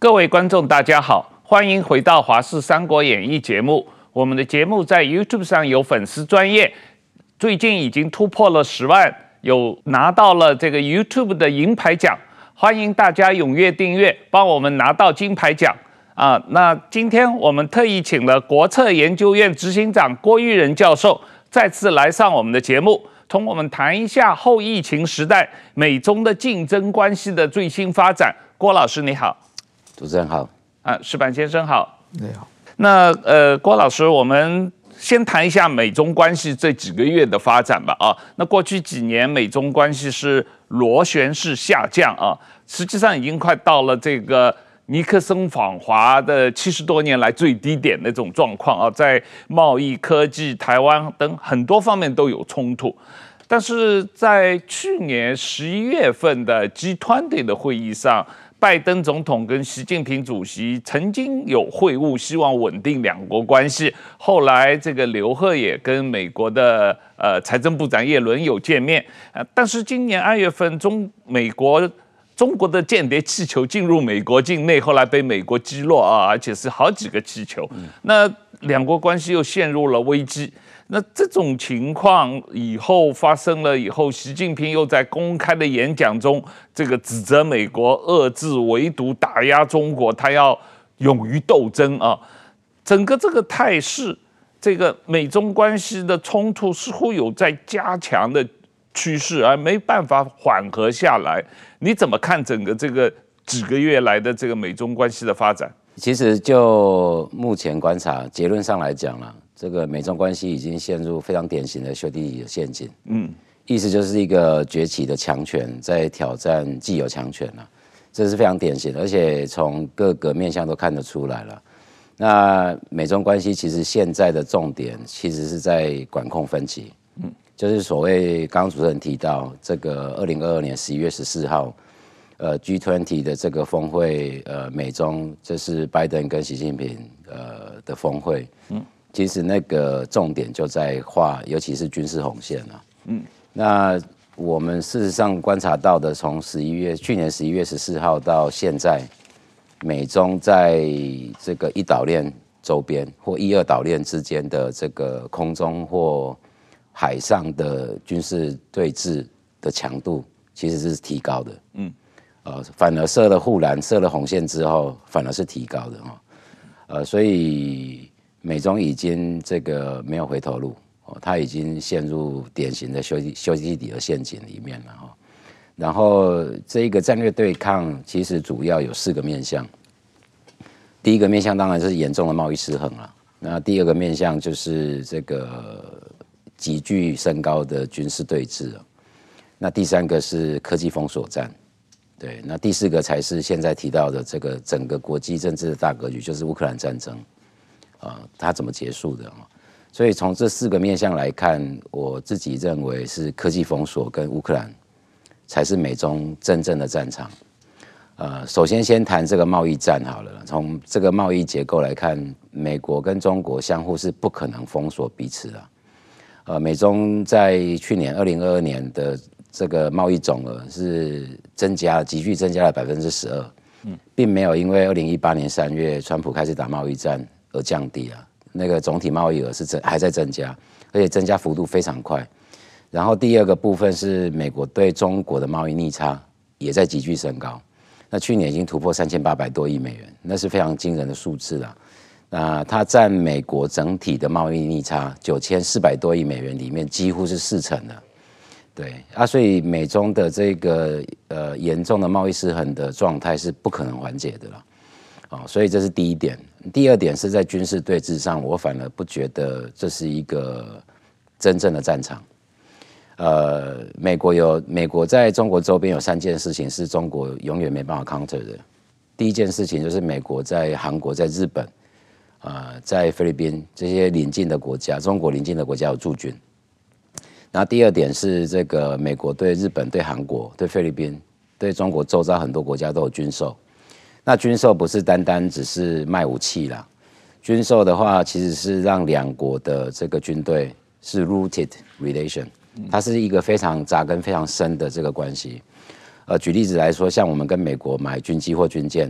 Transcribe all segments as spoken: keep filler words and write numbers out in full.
各位观众，大家好，欢迎回到《华视三国演义》节目。我们的节目在 YouTube 上有粉丝专页，最近已经突破了十万，有拿到了这个 YouTube 的银牌奖，欢迎大家踊跃订阅，帮我们拿到金牌奖啊！那今天我们特意请了国策研究院执行长郭玉仁教授再次来上我们的节目，同我们谈一下后疫情时代美中的竞争关系的最新发展。郭老师你好。 主持人好， 啊，石板先生好， 你好。 那呃，郭老师，我们先谈一下美中关系这几个月的发展吧。啊，那过去几年美中关系是螺旋式下降啊，实际上已经快到了这个尼克森访华的七十多年来最低点那种状况啊，在贸易、科技、台湾等很多方面都有冲突。但是在去年十一月份的 G 二十 的会议上，拜登总统跟习近平主席曾经有会晤，希望稳定两国关系。后来这个刘鹤也跟美国的呃财政部长耶伦有见面，呃，但是今年二月份中美国中国的间谍气球进入美国境内，后来被美国击落啊，而且是好几个气球，那两国关系又陷入了危机。那这种情况以后发生了以后，习近平又在公开的演讲中，这个指责美国遏制、围堵、打压中国，他要勇于斗争啊！整个这个态势，这个美中关系的冲突似乎有在加强的趋势，而没办法缓和下来。你怎么看整个这个几个月来的这个美中关系的发展？ 其实就目前观察，结论上来讲了，这个美中关系已经陷入非常典型的修地底的陷阱。嗯，意思就是一个崛起的强权在挑战既有强权了，这是非常典型的，而且从各个面向都看得出来了。那美中关系其实现在的重点其实是在管控分歧，嗯，就是所谓刚刚主持人提到这个二零二二年十一月十四号。呃 ，G 二十 的这个峰会，呃，美中这是拜登跟习近平呃的峰会，嗯，其实那个重点就在画，尤其是军事红线啊，嗯，那我们事实上观察到的，从十一月去年十一月十四号到现在，美中在这个一岛链周边或一二岛链之间的这个空中或海上的军事对峙的强度，其实是提高的，嗯。呃，反而设了护栏、设了红线之后，反而是提高的哈，呃，所以美中已经这个没有回头路，哦，它已经陷入典型的修修基底的陷阱里面了哈。然后这一个战略对抗其实主要有四个面向，第一个面向当然是严重的贸易失衡了，那第二个面向就是这个急剧升高的军事对峙，那第三个是科技封锁战。对，那第四个才是现在提到的这个整个国际政治的大格局，就是乌克兰战争，啊、呃，它怎么结束的啊？所以从这四个面向来看，我自己认为是科技封锁跟乌克兰才是美中真正的战场。呃，首先先谈这个贸易战好了，从这个贸易结构来看，美国跟中国相互是不可能封锁彼此的。呃，美中在去年二零二二年的这个贸易总额是增加，急剧增加了百分之十二，并没有因为二零一八年三月川普开始打贸易战而降低啊。那个总体贸易额是增还在增加，而且增加幅度非常快。然后第二个部分是美国对中国的贸易逆差也在急剧升高，那去年已经突破三千八百多亿美元，那是非常惊人的数字啊。那它占美国整体的贸易逆差九千四百多亿美元里面几乎是四成的。对啊，所以美中的这个呃严重的贸易失衡的状态是不可能缓解的了，哦，所以这是第一点。第二点是在军事对峙上，我反而不觉得这是一个真正的战场。呃，美国有美国在中国周边有三件事情是中国永远没办法 counter 的。第一件事情就是美国在韩国、在日本、呃，在菲律宾这些邻近的国家，中国邻近的国家有驻军。那第二点是这个美国对日本、对韩国、对菲律宾、对中国周遭很多国家都有军售。那军售不是单单只是卖武器啦，军售的话其实是让两国的这个军队是 rooted relation， 它是一个非常扎根、非常深的这个关系。呃，举例子来说，像我们跟美国买军机或军舰，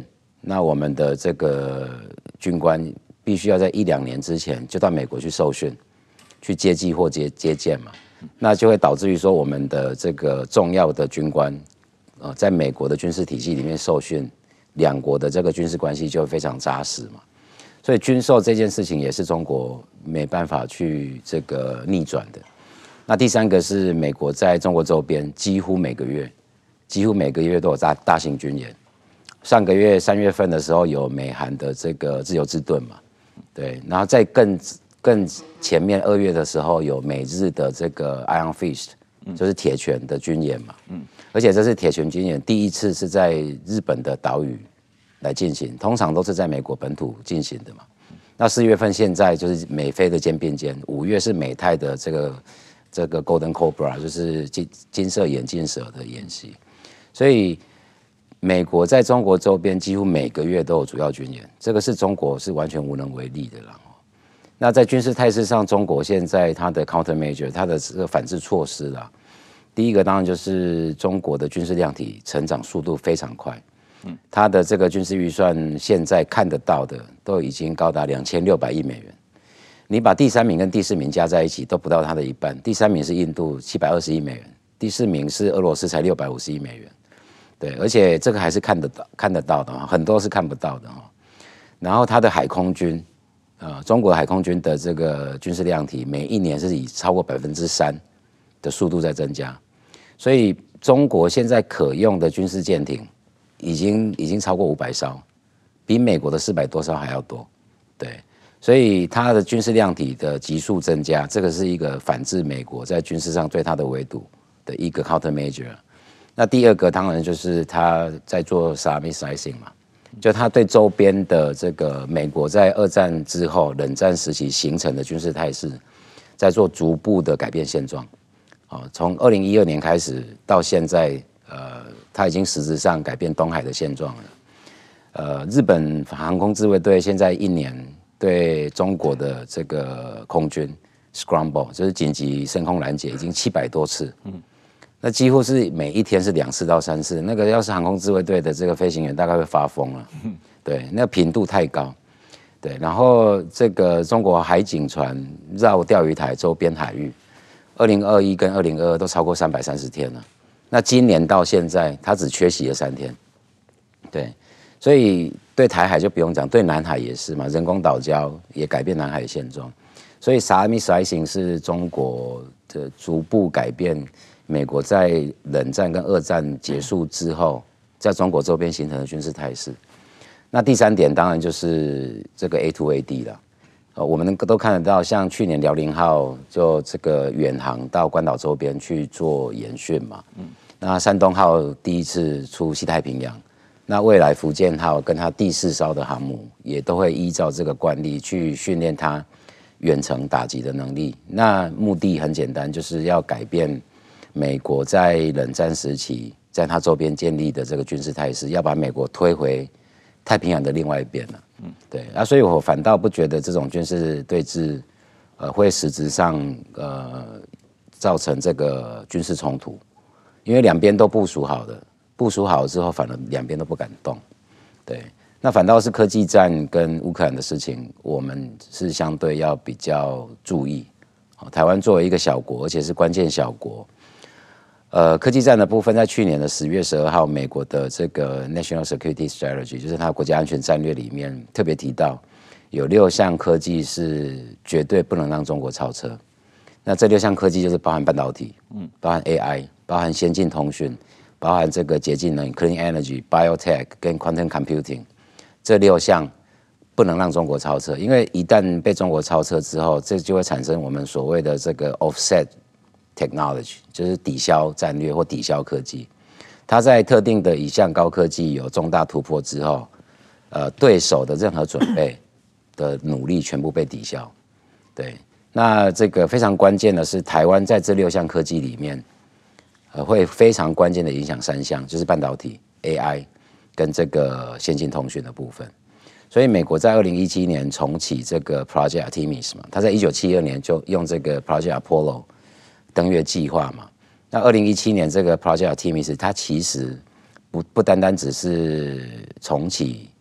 那我们的这个军官必须要在一两年之前就到美国去受训，去接机或接接见嘛，那就会导致于说我们的这个重要的军官，呃，在美国的军事体系里面受训，两国的这个军事关系就非常扎实嘛。所以军售这件事情也是中国没办法去这个逆转的。那第三个是美国在中国周边几乎每个月，几乎每个月都有大大型军演。上个月三月份的时候有美韩的这个自由之盾嘛，对，然后在更更前面二月的时候有美日的这个 Iron Fist， 就是铁拳的军演嘛，嗯，而且这是铁拳军演第一次是在日本的岛屿来进行，通常都是在美国本土进行的嘛。那四月份现在就是美菲的肩并肩，五月是美泰的这个这个 Golden Cobra， 就是金金色眼镜蛇的演习，所以美国在中国周边几乎每个月都有主要军演，这个是中国是完全无能为力的啦。那在军事态势上，中国现在它的 countermeasure， 它的这个反制措施啦，第一个当然就是中国的军事量体成长速度非常快，嗯，它的这个军事预算现在看得到的都已经高达两千六百亿美元，你把第三名跟第四名加在一起都不到它的一半，第三名是印度七百二十亿美元，第四名是俄罗斯才六百五十亿美元。对，而且这个还是看得到、看得到的，很多是看不到的。然后它的海空军，呃，中国海空军的这个军事量体，每一年是以超过百分之三的速度在增加，所以中国现在可用的军事舰艇已经已经超过五百艘，比美国的四百多艘还要多。对，所以它的军事量体的急速增加，这个是一个反制美国在军事上对它的围堵的一个 countermeasure。那第二个当然就是他在做 Saami sizing 嘛，就他对周边的这个美国在二战之后冷战时期形成的军事态势，在做逐步的改变现状。哦，从二零一二年开始到现在，呃，他已经实质上改变东海的现状了。呃，日本航空自卫队现在一年对中国的这个空军 Scramble， 就是紧急升空拦截，已经七百多次。嗯。那几乎是每一天是两次到三次，那个要是航空自卫队的这个飞行员大概会发疯了，对，那频度太高，对，然后这个中国海警船绕钓鱼台周边海域，二零二一跟二零二二都超过三百三十天了，那今年到现在它只缺席了三天，对，所以对台海就不用讲，对南海也是嘛，人工岛礁也改变南海现状，所以 Saami sizing 是中国的逐步改变美国在冷战跟二战结束之后，在中国周边形成的军事态势。那第三点当然就是这个 A to A D 了。呃，我们都看得到，像去年辽宁号就这个远航到关岛周边去做演训嘛。嗯。那山东号第一次出西太平洋，那未来福建号跟它第四艘的航母也都会依照这个惯例去训练它远程打击的能力。那目的很简单，就是要改变美国在冷战时期在它周边建立的这个军事态势，要把美国推回太平洋的另外一边了。嗯，对啊，所以我反倒不觉得这种军事对峙，呃，会实质上呃造成这个军事冲突，因为两边都部署好了，部署好了之后，反而两边都不敢动。对，那反倒是科技战跟乌克兰的事情，我们是相对要比较注意。台湾作为一个小国，而且是关键小国。呃，科技战的部分，在去年的十月十二号，美国的这个 National Security Strategy， 就是它的国家安全战略里面特别提到，有六项科技是绝对不能让中国超车。那这六项科技就是包含半导体，嗯，包含 A I， 包含先进通讯，包含这个洁净能源 （Clean Energy）、Biotech 跟 Quantum Computing， 这六项不能让中国超车，因为一旦被中国超车之后，这就会产生我们所谓的这个 offset technology， 就是抵消战略或抵消科技。它在特定的一项高科技有重大突破之后，呃，对手的任何准备的努力全部被抵消。对，那这个非常关键的是，台湾在这六项科技里面，呃，会非常关键的影响三项，就是半导体、A I 跟这个先进通讯的部分。所以美国在二零一七年重启这个 Project Artemis 嘛，它在一九七二年就用这个 Project Apollo 登月计划嘛。那二零一七年这个 Project Artemis 它其实不不单单只是重启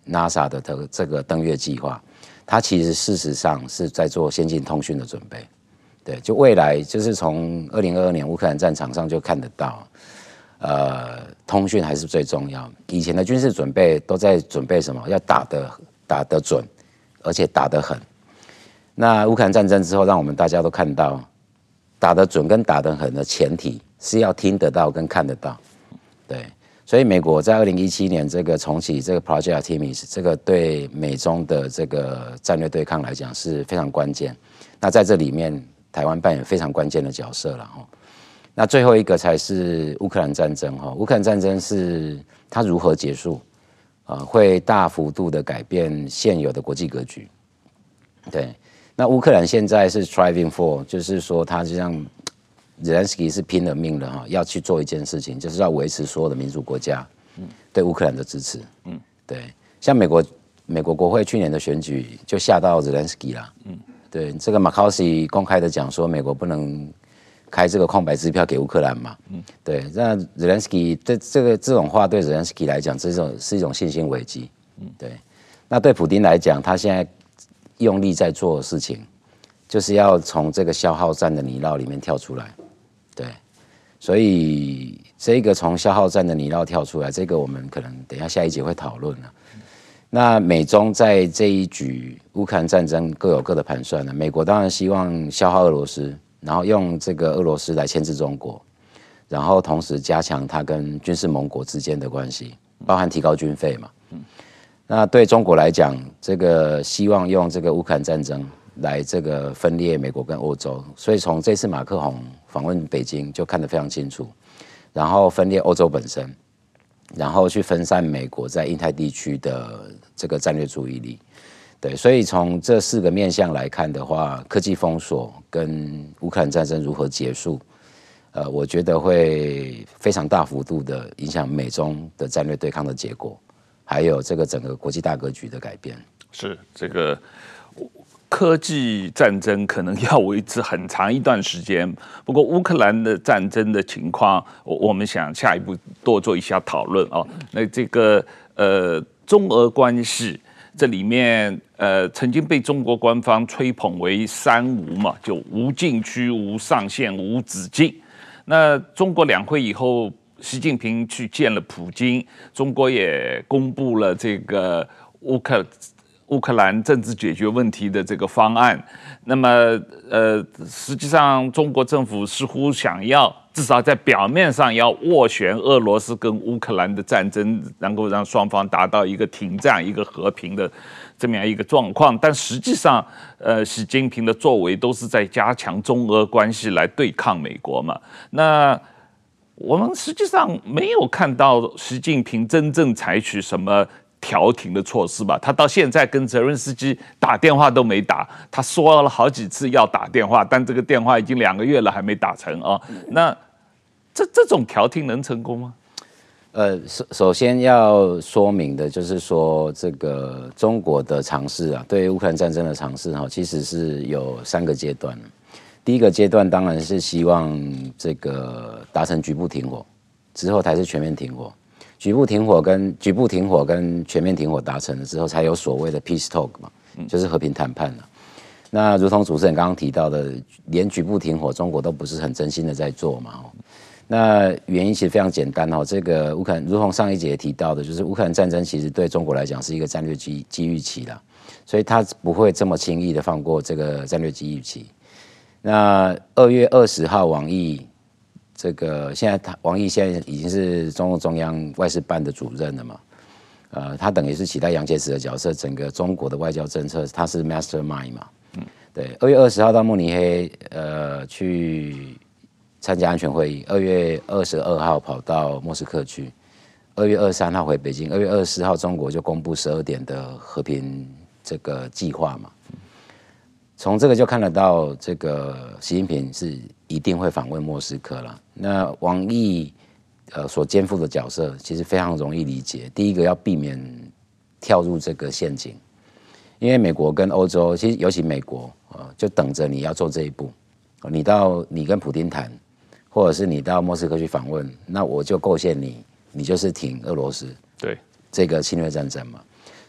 NASA 的这个登月计划，它其实事实上是在做先进通讯的准备。对，就未来就是从二零二二年乌克兰战场上就看得到，呃，通讯还是最重要。以前的军事准备都在准备什么？要打得打得准，而且打得狠。那乌克兰战争之后，让我们大家都看到，打得准跟打得狠的前提是要听得到跟看得到。对，所以美国在二零一七年这个重启这个 Project Artemis， 这个对美中的这个战略对抗来讲是非常关键。那在这里面，台湾扮演非常关键的角色了哈。那最后一个才是乌克兰战争哈。乌克兰战争是它如何结束啊、呃，会大幅度的改变现有的国际格局。对，那乌克兰现在是 striving for， 就是说他就像Zelensky 是拼了命了哈，要去做一件事情，就是要维持所有的民主国家对乌克兰的支持。嗯，对，像美国美国国会去年的选举就下到 Zelensky 啦。嗯。对，这个马考西公开的讲说，美国不能开这个空白支票给乌克兰嘛。嗯，对，那 Zelensky 这这个这种话对 Zelensky 来讲，这种是一种信心危机。嗯，对。那对普丁来讲，他现在用力在做的事情，就是要从这个消耗战的泥淖里面跳出来。对，所以这个从消耗战的泥淖跳出来，这个我们可能等一下下一节会讨论了。那美中在这一局乌克兰战争各有各的盘算了。美国当然希望消耗俄罗斯，然后用这个俄罗斯来牵制中国，然后同时加强它跟军事盟国之间的关系，包含提高军费嘛。那对中国来讲，这个希望用这个乌克兰战争来这个分裂美国跟欧洲，所以从这次马克宏访问北京就看得非常清楚，然后分裂欧洲本身。然后去分散美国在印太地区的这个战略注意力，对，所以从这四个面向来看的话，科技封锁跟乌克兰战争如何结束，呃，我觉得会非常大幅度的影响美中的战略对抗的结果，还有这个整个国际大格局的改变。 是这个。科技战争可能要维持很长一段时间，不过乌克兰的战争的情况，我我们想下一步多做一下讨论哦。那这个呃中俄关系这里面呃曾经被中国官方吹捧为三无嘛，就无禁区、无上限、无止境。那中国两会以后，习近平去见了普京，中国也公布了这个乌克。乌克兰政治解决问题的这个方案，那么呃，实际上中国政府似乎想要至少在表面上要斡旋俄罗斯跟乌克兰的战争，能够让双方达到一个停战、一个和平的这么样一个状况，但实际上，呃，习近平的作为都是在加强中俄关系来对抗美国嘛。那我们实际上没有看到习近平真正采取什么调停的措施吧，他到现在跟泽伦斯基打电话都没打，他说了好几次要打电话，但这个电话已经两个月了还没打成啊。那这这种调停能成功吗？ 呃，首首先要说明的就是说，这个中国的尝试啊，对乌克兰战争的尝试哈，其实是有三个阶段。第一个阶段当然是希望这个达成局部停火，之后才是全面停火。局部停火跟局部停火跟全面停火达成了之后，才有所谓的 peace talk 嘛，就是和平谈判了。那如同主持人刚刚提到的，连局部停火，中国都不是很真心的在做嘛。那原因其实非常简单哦，这个乌克兰，如同上一节提到的，就是乌克兰战争其实对中国来讲是一个战略机机遇期啦，所以他不会这么轻易的放过这个战略机遇期。那二月二十号，王毅。这个现在他王毅现在已经是中共中央外事办的主任了嘛，呃，他等于是取代杨洁篪的角色，整个中国的外交政策他是 mastermind 嘛，嗯，对，二月二十号到慕尼黑，呃，去参加安全会议，二月二十二号跑到莫斯科去，二月二十三号回北京，二月二十四号中国就公布十二点的和平这个计划嘛。从这个就看得到，这个习近平是一定会访问莫斯科了。那王毅呃所肩负的角色其实非常容易理解。第一个要避免跳入这个陷阱，因为美国跟欧洲，其实尤其美国呃就等着你要做这一步。你到你跟普丁谈，或者是你到莫斯科去访问，那我就构陷你，你就是挺俄罗斯对这个侵略战争嘛。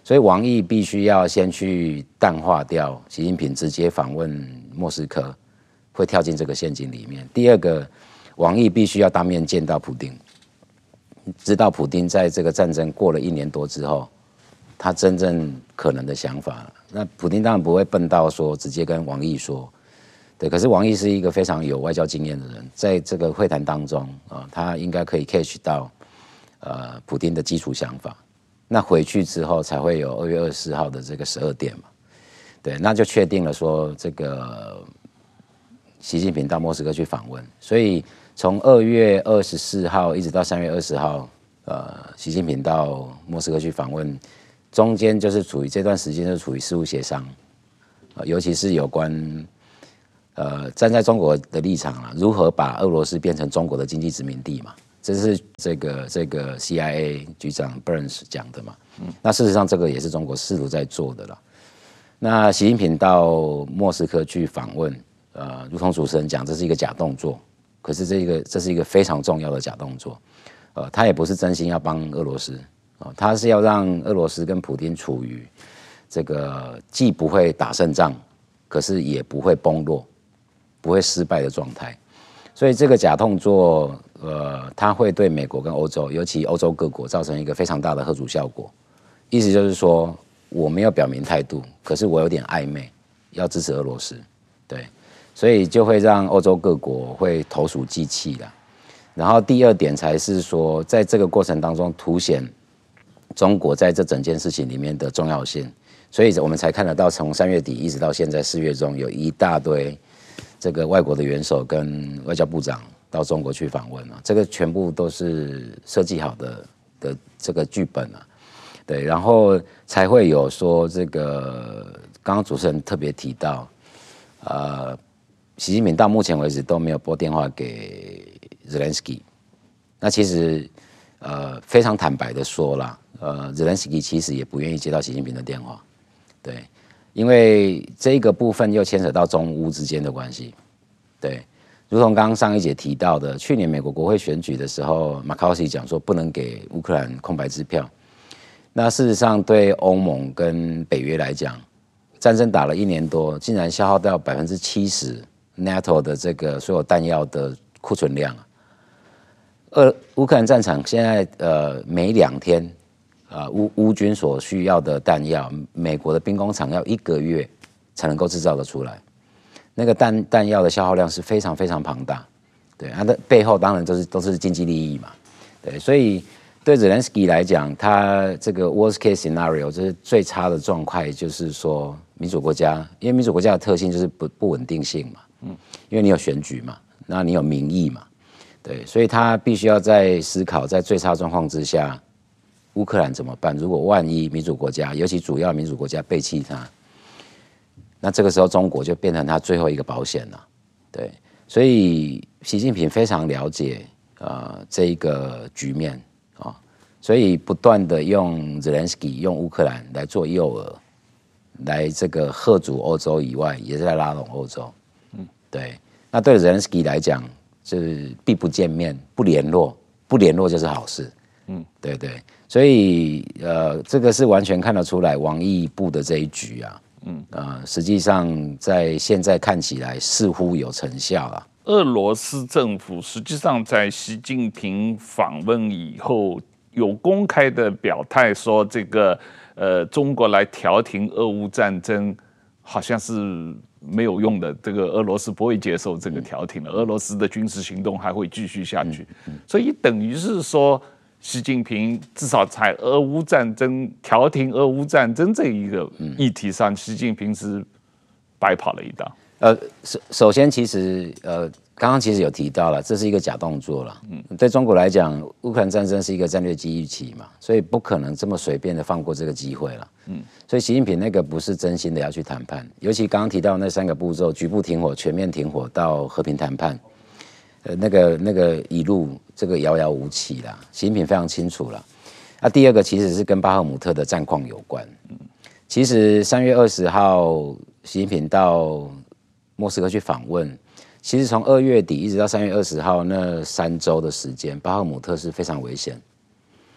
所以王毅必须要先去淡化掉习近平直接访问莫斯科会跳进这个陷阱里面。第二个，王毅必须要当面见到普丁，知道普丁在这个战争过了一年多之后，他真正可能的想法。那普丁当然不会笨到说直接跟王毅说，对。可是王毅是一个非常有外交经验的人，在这个会谈当中啊、呃，他应该可以 catch 到呃普丁的基础想法。那回去之后才会有二月二十四号的这个十二点嘛，对，那就确定了说这个习近平到莫斯科去访问，所以从二月二十四号一直到三月二十号，呃，习近平到莫斯科去访问，中间就是处于这段时间就处于事务协商，呃，尤其是有关呃站在中国的立场啊，如何把俄罗斯变成中国的经济殖民地嘛。这是这个这个 C I A 局长 Burns 讲的嘛，嗯，那事实上这个也是中国试图在做的啦。那习近平到莫斯科去访问，呃，如同主持人讲，这是一个假动作，可是这个这是一个非常重要的假动作，呃，他也不是真心要帮俄罗斯，呃，他是要让俄罗斯跟普丁处于这个既不会打胜仗，可是也不会崩落、不会失败的状态。所以这个假动作，呃，它会对美国跟欧洲，尤其欧洲各国造成一个非常大的吓阻效果。意思就是说，我没有表明态度，可是我有点暧昧，要支持俄罗斯，对，所以就会让欧洲各国会投鼠忌器啦。然后第二点才是说，在这个过程当中凸显中国在这整件事情里面的重要性，所以我们才看得到，从三月底一直到现在四月中，有一大堆这个外国的元首跟外交部长到中国去访问啊，这个全部都是设计好的的这个剧本啊，对，然后才会有说这个刚刚主持人特别提到，呃，习近平到目前为止都没有拨电话给 Zelensky， 那其实呃非常坦白的说啦，呃 Zelensky 其实也不愿意接到习近平的电话，对。因为这个部分又牵扯到中乌之间的关系，对，如同刚刚上一节提到的，去年美国国会选举的时候，马卡锡讲说不能给乌克兰空白支票。那事实上，对欧盟跟北约来讲，战争打了一年多，竟然消耗掉百分之七十 NATO 的这个所有弹药的库存量啊。俄乌克兰战场现在呃每两天。啊，乌乌军所需要的弹药，美国的兵工厂要一个月才能够制造得出来，那个弹弹药的消耗量是非常非常庞大，对，它的背后当然都是都是经济利益嘛，对，所以对 Zelensky 来讲，他这个 worst case scenario 就是最差的状况，就是说民主国家，因为民主国家的特性就是不不稳定性嘛，嗯，因为你有选举嘛，那你有民意嘛，对，所以他必须要在思考，在最差状况之下。乌克兰怎么办？如果万一民主国家，尤其主要民主国家背弃他，那这个时候中国就变成他最后一个保险了。对，所以习近平非常了解呃这一个局面啊、哦，所以不断的用 Zelensky 用乌克兰来做诱饵，来这个吓阻欧洲以外，也是在拉拢欧洲。嗯，对。那对 Zelensky 来讲，就是避不见面，不联络，不联络就是好事。嗯，对对。所以，呃，这个是完全看得出来王毅布的这一局啊，嗯，呃，实际上在现在看起来似乎有成效了。 俄罗斯政府实际上在习近平访问以后，有公开的表态说，这个呃，中国来调停俄乌战争，好像是没有用的。这个俄罗斯不会接受这个调停的，俄罗斯的军事行动还会继续下去，嗯嗯、所以等于是说。习近平至少在俄乌战争调停俄乌战争这一个议题上，习近平是白跑了一道。 呃，首首先，其实呃，刚刚其实有提到了，这是一个假动作了。嗯，对中国来讲，乌克兰战争是一个战略机遇期嘛，所以不可能这么随便的放过这个机会了。嗯，所以习近平那个不是真心的要去谈判，尤其刚刚提到那三个步骤：局部停火、全面停火到和平谈判。呃，那个那个一路这个遥遥无期啦，习近平非常清楚啦。那、啊、第二个其实是跟巴赫姆特的战况有关。嗯，其实三月二十号，习近平到莫斯科去访问，其实从二月底一直到三月二十号那三周的时间，巴赫姆特是非常危险。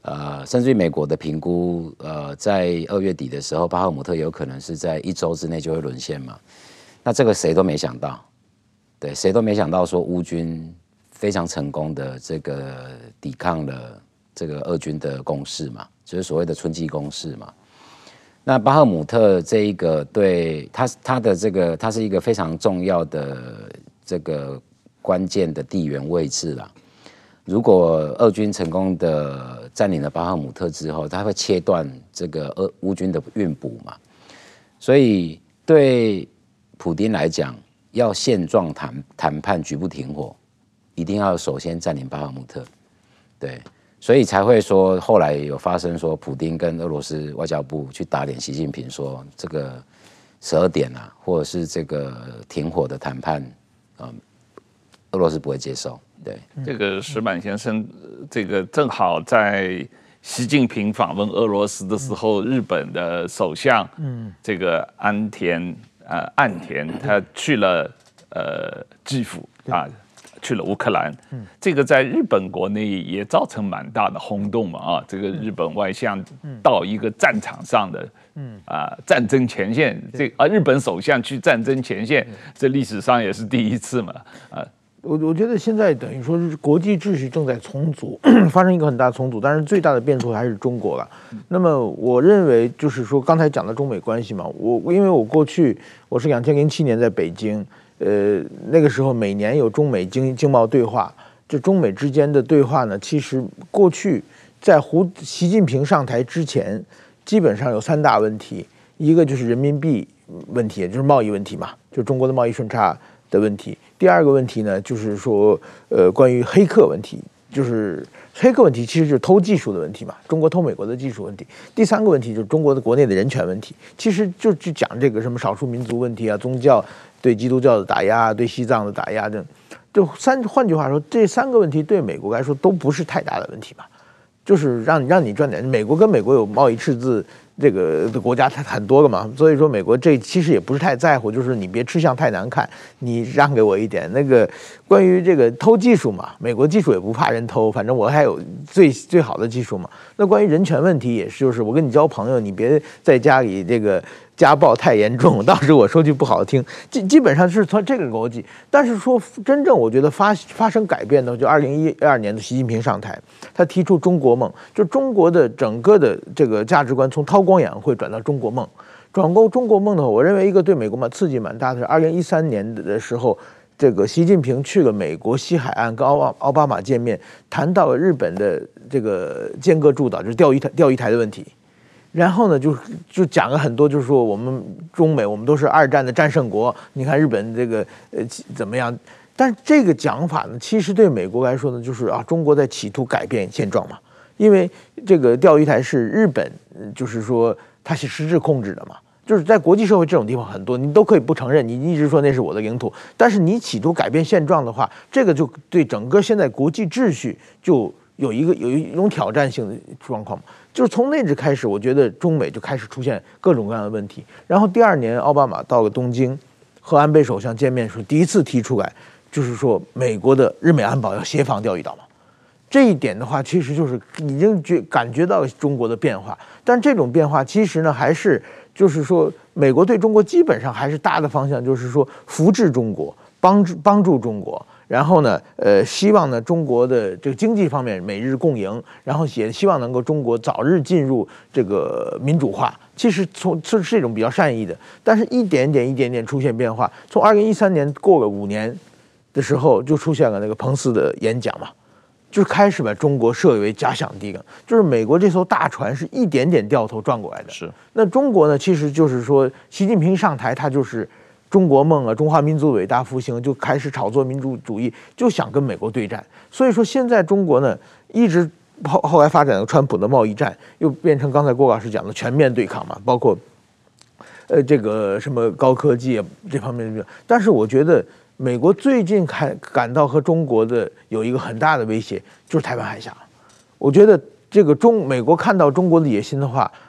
呃，甚至于美国的评估，呃，在二月底的时候，巴赫姆特有可能是在一周之内就会沦陷嘛。那这个谁都没想到，对，谁都没想到说乌军非常成功的这个抵抗了这个俄军的攻势嘛，就是所谓的春季攻势嘛。那巴赫姆特这一个对他他的这个，它是一个非常重要的这个关键的地缘位置啦。如果俄军成功的占领了巴赫姆特之后，他会切断这个俄乌军的运补嘛，所以对普丁来讲，要现状谈谈判局部停火，一定要首先占领巴赫姆特，对。所以才会说，后来有发生说，普丁跟俄罗斯外交部去打脸习近平，说这个十二点啊，或者是这个停火的谈判，嗯，俄罗斯不会接受。对， 这个石板先生，这个正好在习近平访问俄罗斯的时候，日本的首相，嗯，这个安田呃岸田，他去了呃基辅啊。去了乌克兰，这个在日本国内也造成蛮大的轰动嘛啊！这个日本外相到一个战场上的，啊、呃、战争前线，这啊日本首相去战争前线，这历史上也是第一次嘛啊！ 我我觉得现在等于说是国际秩序正在重组，发生一个很大的重组，但是最大的变数还是中国了。那么我认为就是说刚才讲的中美关系嘛，我因为我过去我是两千零七年在北京。呃，那个时候每年有中美经经贸对话，这中美之间的对话呢，其实过去在胡习近平上台之前，基本上有三大问题，一个就是人民币问题，就是贸易问题嘛，就中国的贸易顺差的问题；第二个问题呢，就是说呃关于黑客问题，就是黑客问题其实就是偷技术的问题嘛，中国偷美国的技术问题；第三个问题就是中国的国内的人权问题，其实就就讲这个什么少数民族问题啊，宗教。对基督教的打压，对西藏的打压，这就三，换句话说，这三个问题对美国来说都不是太大的问题嘛，就是让你让你赚点。美国跟美国有贸易赤字，这个的国家它很多个嘛，所以说美国这其实也不是太在乎，就是你别吃相太难看，你让给我一点。那个关于这个偷技术嘛，美国技术也不怕人偷，反正我还有最最好的技术嘛。那关于人权问题也是，就是我跟你交朋友，你别在家里这个。家暴太严重，当时我说句不好听，基基本上是从这个逻辑。但是说真正我觉得发发生改变的，就二零一二年的习近平上台，他提出中国梦，就中国的整个的这个价值观从韬光养晦转到中国梦，转过中国梦的话，我认为一个对美国嘛刺激蛮大的是二零一三年的时候，这个习近平去了美国西海岸跟奥巴奥巴马见面，谈到了日本的这个尖阁诸岛，就是钓鱼台钓鱼台的问题。然后呢，就就讲了很多，就是说我们中美我们都是二战的战胜国，你看日本这个呃怎么样？但是这个讲法呢，其实对美国来说呢，就是啊，中国在企图改变现状嘛。因为这个钓鱼台是日本，就是说它是实质控制的嘛。就是在国际社会这种地方很多，你都可以不承认，你一直说那是我的领土，但是你企图改变现状的话，这个就对整个现在国际秩序就有一个有一种挑战性的状况。就是从那时开始，我觉得中美就开始出现各种各样的问题。然后第二年，奥巴马到了东京，和安倍首相见面的时候，第一次提出来，就是说美国的日美安保要协防钓鱼岛嘛。这一点的话，其实就是已经觉感觉到中国的变化。但这种变化其实呢，还是就是说，美国对中国基本上还是大的方向，就是说扶持中国，帮助帮助中国。然后呢，呃，希望呢中国的这个经济方面美日共赢，然后也希望能够中国早日进入这个民主化。其实从这是一种比较善意的，但是一点点一点点出现变化。从二零一三年过了五年的时候，就出现了那个彭斯的演讲嘛，就是开始把中国设为假想敌了，就是美国这艘大船是一点点掉头转过来的。 是， 那中国呢，其实就是说，习近平上台，他就是中国梦啊，中华民族伟大复兴，就开始炒作民主主义，就想跟美国对战。所以说，现在中国呢，一直后后来发展了川普的贸易战，又变成刚才郭老师讲的全面对抗嘛，包括呃这个什么高科技啊这方面的。但是我觉得美国最近看感到和中国的有一个很大的威胁，就是台湾海峡。我觉得这个中美国看到中国的野心的话，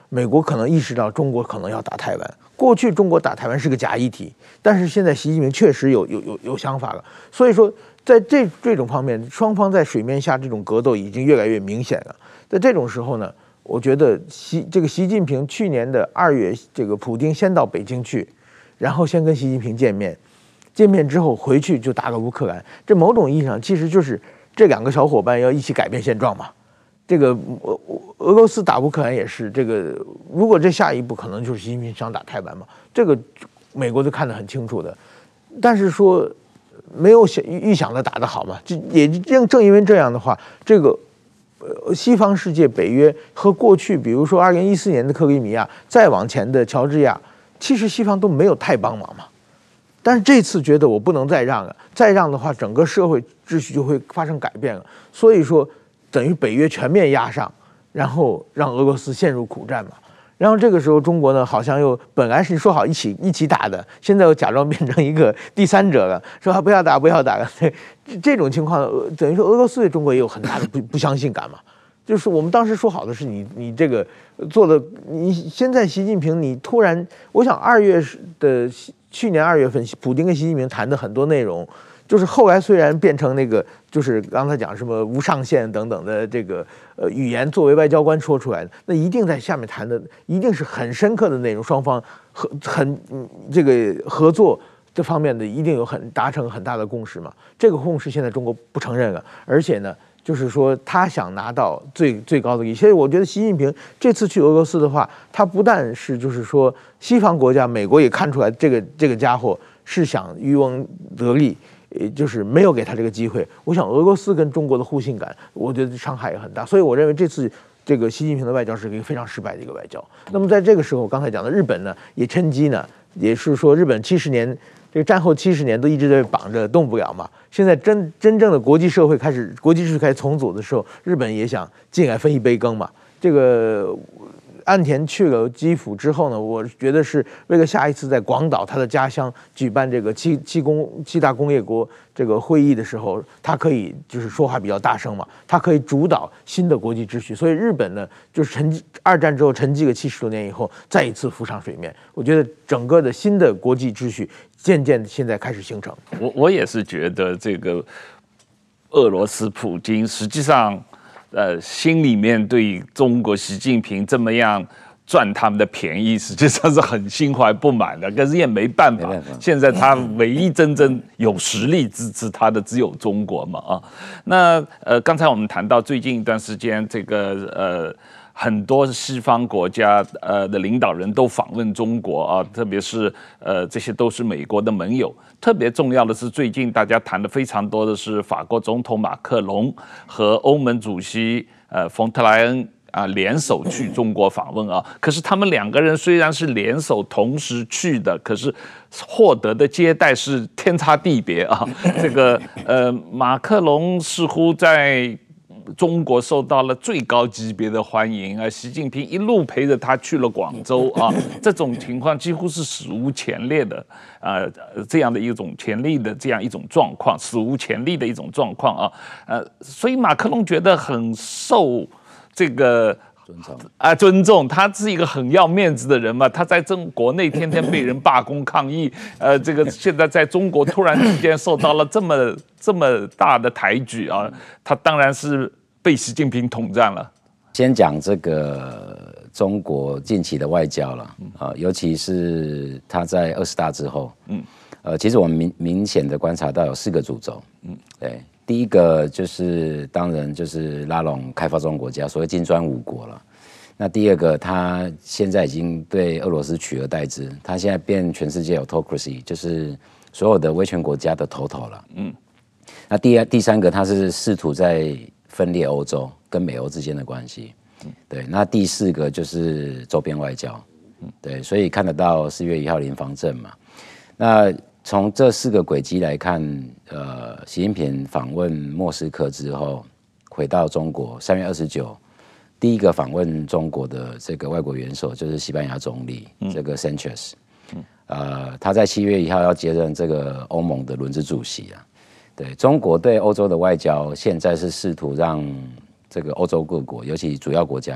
美国可能意识到中国可能要打台湾。过去中国打台湾是个假议题，但是现在习近平确实有有有有想法了。所以说，在这这种方面，双方在水面下这种格斗已经越来越明显了。在这种时候呢，我觉得习这个习近平去年的二月，这个普丁先到北京去，然后先跟习近平见面，见面之后回去就打个乌克兰，这某种意义上其实就是这两个小伙伴要一起改变现状嘛。这个俄俄罗斯打乌克兰也是这个，如果这下一步可能就是习近平想打台湾嘛，这个美国都看得很清楚的。但是说没有想预想的打得好嘛，这也正正因为这样的话，这个呃西方世界北约和过去比如说二零一四年的克里米亚，再往前的乔治亚，其实西方都没有太帮忙嘛。但是这次觉得我不能再让了，再让的话，整个社会秩序就会发生改变了。所以说。等于北约全面压上，然后让俄罗斯陷入苦战嘛。然后这个时候，中国呢好像又本来是说好一起一起打的，现在又假装变成一个第三者了，说不要打不要打了。这种情况等于说俄罗斯对中国也有很大的不不相信感嘛。就是我们当时说好的是你你这个做的，你现在习近平你突然，我想二月的去年二月份，普京跟习近平谈的很多内容。就是后来虽然变成那个，就是刚才讲什么无上限等等的这个呃语言作为外交官说出来的，那一定在下面谈的一定是很深刻的内容，双方和很、嗯、这个合作这方面的一定有很达成很大的共识嘛。这个共识现在中国不承认了，而且呢，就是说他想拿到最最高的利益。所以我觉得习近平这次去俄罗斯的话，他不但是就是说西方国家，美国也看出来这个这个家伙是想渔翁得利。也就是没有给他这个机会，我想俄罗斯跟中国的互信感，我觉得伤害也很大，所以我认为这次这个习近平的外交是一个非常失败的一个外交。那么在这个时候，刚才讲的日本呢，也趁机呢，也是说日本七十年这个战后七十年都一直在绑着动不了嘛，现在真真正的国际社会开始国际秩序开始重组的时候，日本也想进来分一杯羹嘛。这个岸田去了基辅之后呢，我觉得是为了下一次在广岛他的家乡举办这个七七工七大工业国这个会议的时候，他可以就是说话比较大声嘛，他可以主导新的国际秩序。所以日本呢，就是沉二战之后沉寂了七十多年以后，再一次浮上水面。我觉得整个的新的国际秩序渐渐的现在开始形成。 我我也是觉得这个俄罗斯普京实际上。呃，心里面对中国习近平这么样赚他们的便宜，实际上是很心怀不满的。可是也没办法，现在他唯一真正有实力支持他的只有中国嘛啊。那呃，刚才我们谈到最近一段时间，这个呃。很多西方国家呃的领导人都访问中国啊，特别是呃这些都是美国的盟友。特别重要的是，最近大家谈的非常多的是法国总统马克龙和欧盟主席呃冯特莱恩啊联手去中国访问啊。可是他们两个人虽然是联手同时去的，可是获得的接待是天差地别啊。这个呃马克龙似乎在中国受到了最高级别的欢迎啊！习近平一路陪着他去了广州啊，这种情况几乎是史无前例的，呃，这样的一种潜力的这样一种状况，史无前例的一种状况啊，呃，所以马克龙觉得很受这个。 尊重啊，尊重，他是一个很要面子的人嘛。他在中国内天天被人罢工抗议，呃，这个现在在中国突然之间受到了这么这么大的抬举啊，他当然是被习近平统战了。 先讲这个中国近期的外交了啊、呃，尤其是他在二十大之后，嗯，呃，其实我们明明显的观察到有四个主轴，嗯，对。第一个就是当然就是拉拢开发中国家，所谓金砖五国了。那第二个，他现在已经对俄罗斯取而代之，他现在变全世界 autocracy， 就是所有的威权国家的头头了。嗯。那第二、第三个，他是试图在分裂欧洲跟美欧之间的关系。嗯。对。那第四个就是周边外交。嗯。对，所以看得到四月一号临防政嘛。那从这四个轨迹来看，呃，习近平访问莫斯科之后，回到中国，三月二十九，第一个访问中国的这个外国元首就是西班牙总理、嗯、这个 Sanchez，、嗯、呃，他在七月一号要接任这个欧盟的轮值主席啊。对，中国对欧洲的外交，现在是试图让这个欧洲各国，尤其主要国家，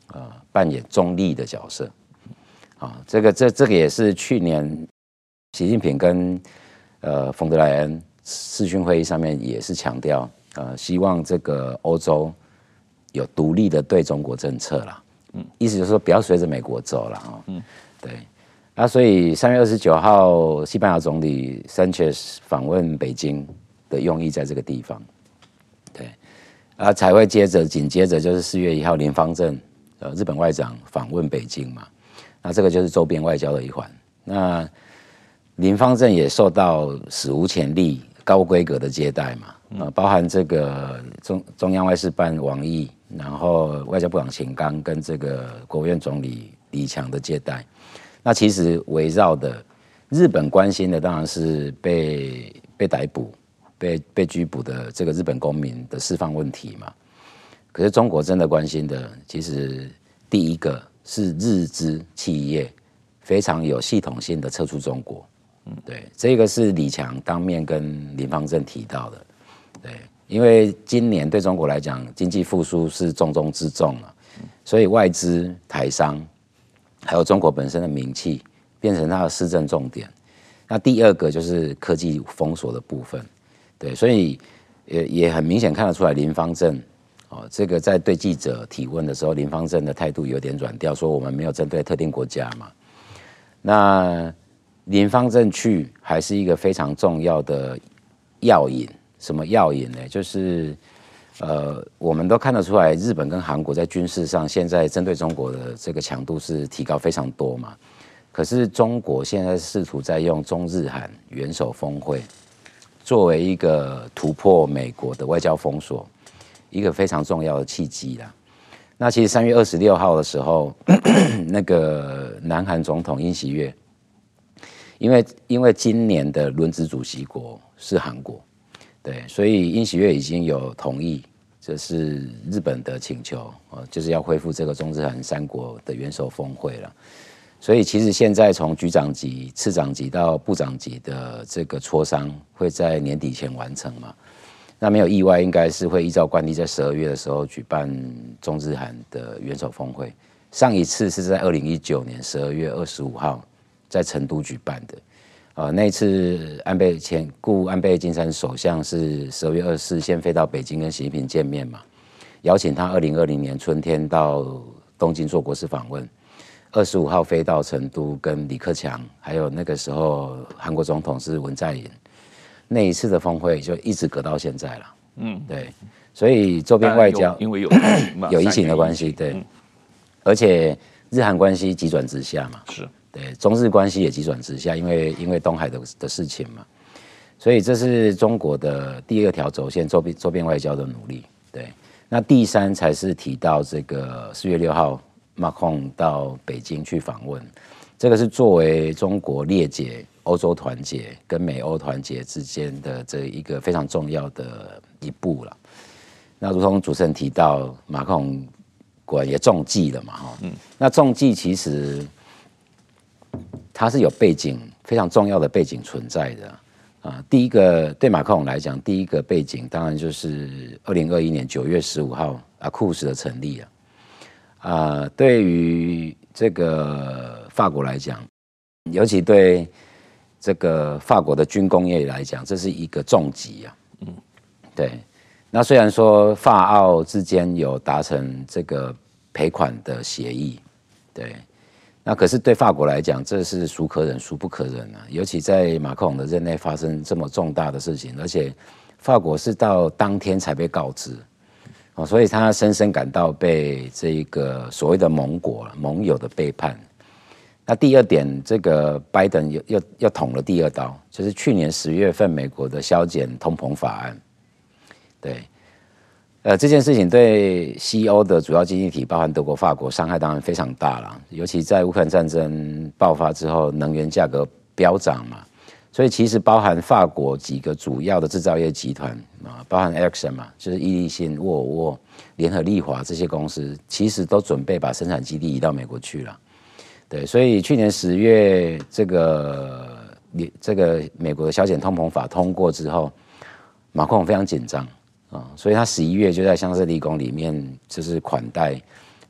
呃扮演中立的角色。啊，这个这这个也是去年习近平跟呃冯德莱恩视讯会议上面也是强调，呃，希望这个欧洲有独立的对中国政策啦。嗯，意思就是说不要随着美国走了啊。嗯，对。啊，所以三月二十九号，西班牙总理 Sanchez 访问北京的用意在这个地方。对，啊，才会接着紧接着就是四月一号林芳正，呃，日本外长访问北京嘛。那这个就是周边外交的一环。那林芳正也受到史无前例、高规格的接待嘛，呃，包含这个中中央外事办王毅，然后外交部长秦刚跟这个国务院总理李强的接待。那其实围绕的日本关心的当然是被被逮捕、被被拘捕的这个日本公民的释放问题嘛。可是中国真的关心的，其实第一个是日资企业非常有系统性的撤出中国。嗯，对，这个是李强当面跟林芳正提到的。对，因为今年对中国来讲，经济复苏是重中之重了，所以外资、台商还有中国本身的名气变成它的施政重点。那第二个就是科技封锁的部分。对，所以也也很明显看得出来，林芳正哦，这个在对记者提问的时候，林芳正的态度有点软调，说我们没有针对特定国家嘛。那林芳正去还是一个非常重要的要引，什么要引呢？就是呃，我们都看得出来，日本跟韩国在军事上现在针对中国的这个强度是提高非常多嘛。可是中国现在试图在用中日韩元首峰会作为一个突破美国的外交封锁，一个非常重要的契机啦。那其实三月二十六号的时候，那个南韩总统尹锡悦，因为因为今年的轮值主席国是韩国，对，所以尹锡悦已经有同意，这是日本的请求，就是要恢复这个中日韩三国的元首峰会了。所以其实现在从局长级、次长级到部长级的这个磋商会在年底前完成嘛？那没有意外，应该是会依照惯例在十二月的时候举办中日韩的元首峰会。上一次是在二零一九年十二月二十五号在成都举办的。呃，那一次安倍前顾安倍晋三首相是十二月二十四先飞到北京跟习近平见面嘛，邀请他二零二零年春天到东京做国事访问。二十五号飞到成都跟李克强，还有那个时候韩国总统是文在寅，那一次的峰会就一直隔到现在了。嗯，对，所以周边外交因为有有疫情的关系，对，嗯、而且日韩关系急转直下嘛， 是对，中日关系也急转直下，因为因为东海的的事情嘛，所以这是中国的第二条轴线，周边周边外交的努力。对，那第三才是提到这个四月六号。马克龙到北京去访问，这个是作为中国裂解欧洲团结跟美欧团结之间的这一个非常重要的一步了。那如同主持人提到，马克龙果然也中计了嘛，哈、嗯，那中计其实它是有背景非常重要的背景存在的啊。第一个对马克龙来讲，第一个背景当然就是二零二一年九月十五号阿库斯的成立啊。啊、呃，对于这个法国来讲，尤其对这个法国的军工业来讲，这是一个重击啊。嗯，对。那虽然说法澳之间有达成这个赔款的协议，对，那可是对法国来讲，这是孰可忍孰不可忍啊。尤其在马克龙的任内发生这么重大的事情，而且法国是到当天才被告知。哦，所以他深深感到被这个所谓的盟国、盟友的背叛。那第二点，这个拜登又又又捅了第二刀，就是去年十月份美国的削减通膨法案。对，呃，这件事情对西欧的主要经济体，包含德国、法国，伤害当然非常大了。尤其在乌克兰战争爆发之后，能源价格飙涨嘛。所以其实包含法国几个主要的制造业集团啊，包含 Ericsson 嘛，就是伊利信、沃尔沃、联合利华这些公司，其实都准备把生产基地移到美国去了。对，所以去年十月这个这个美国的削减通膨法通过之后，马克龙非常紧张啊，所以他十一月就在香榭丽宫里面就是款待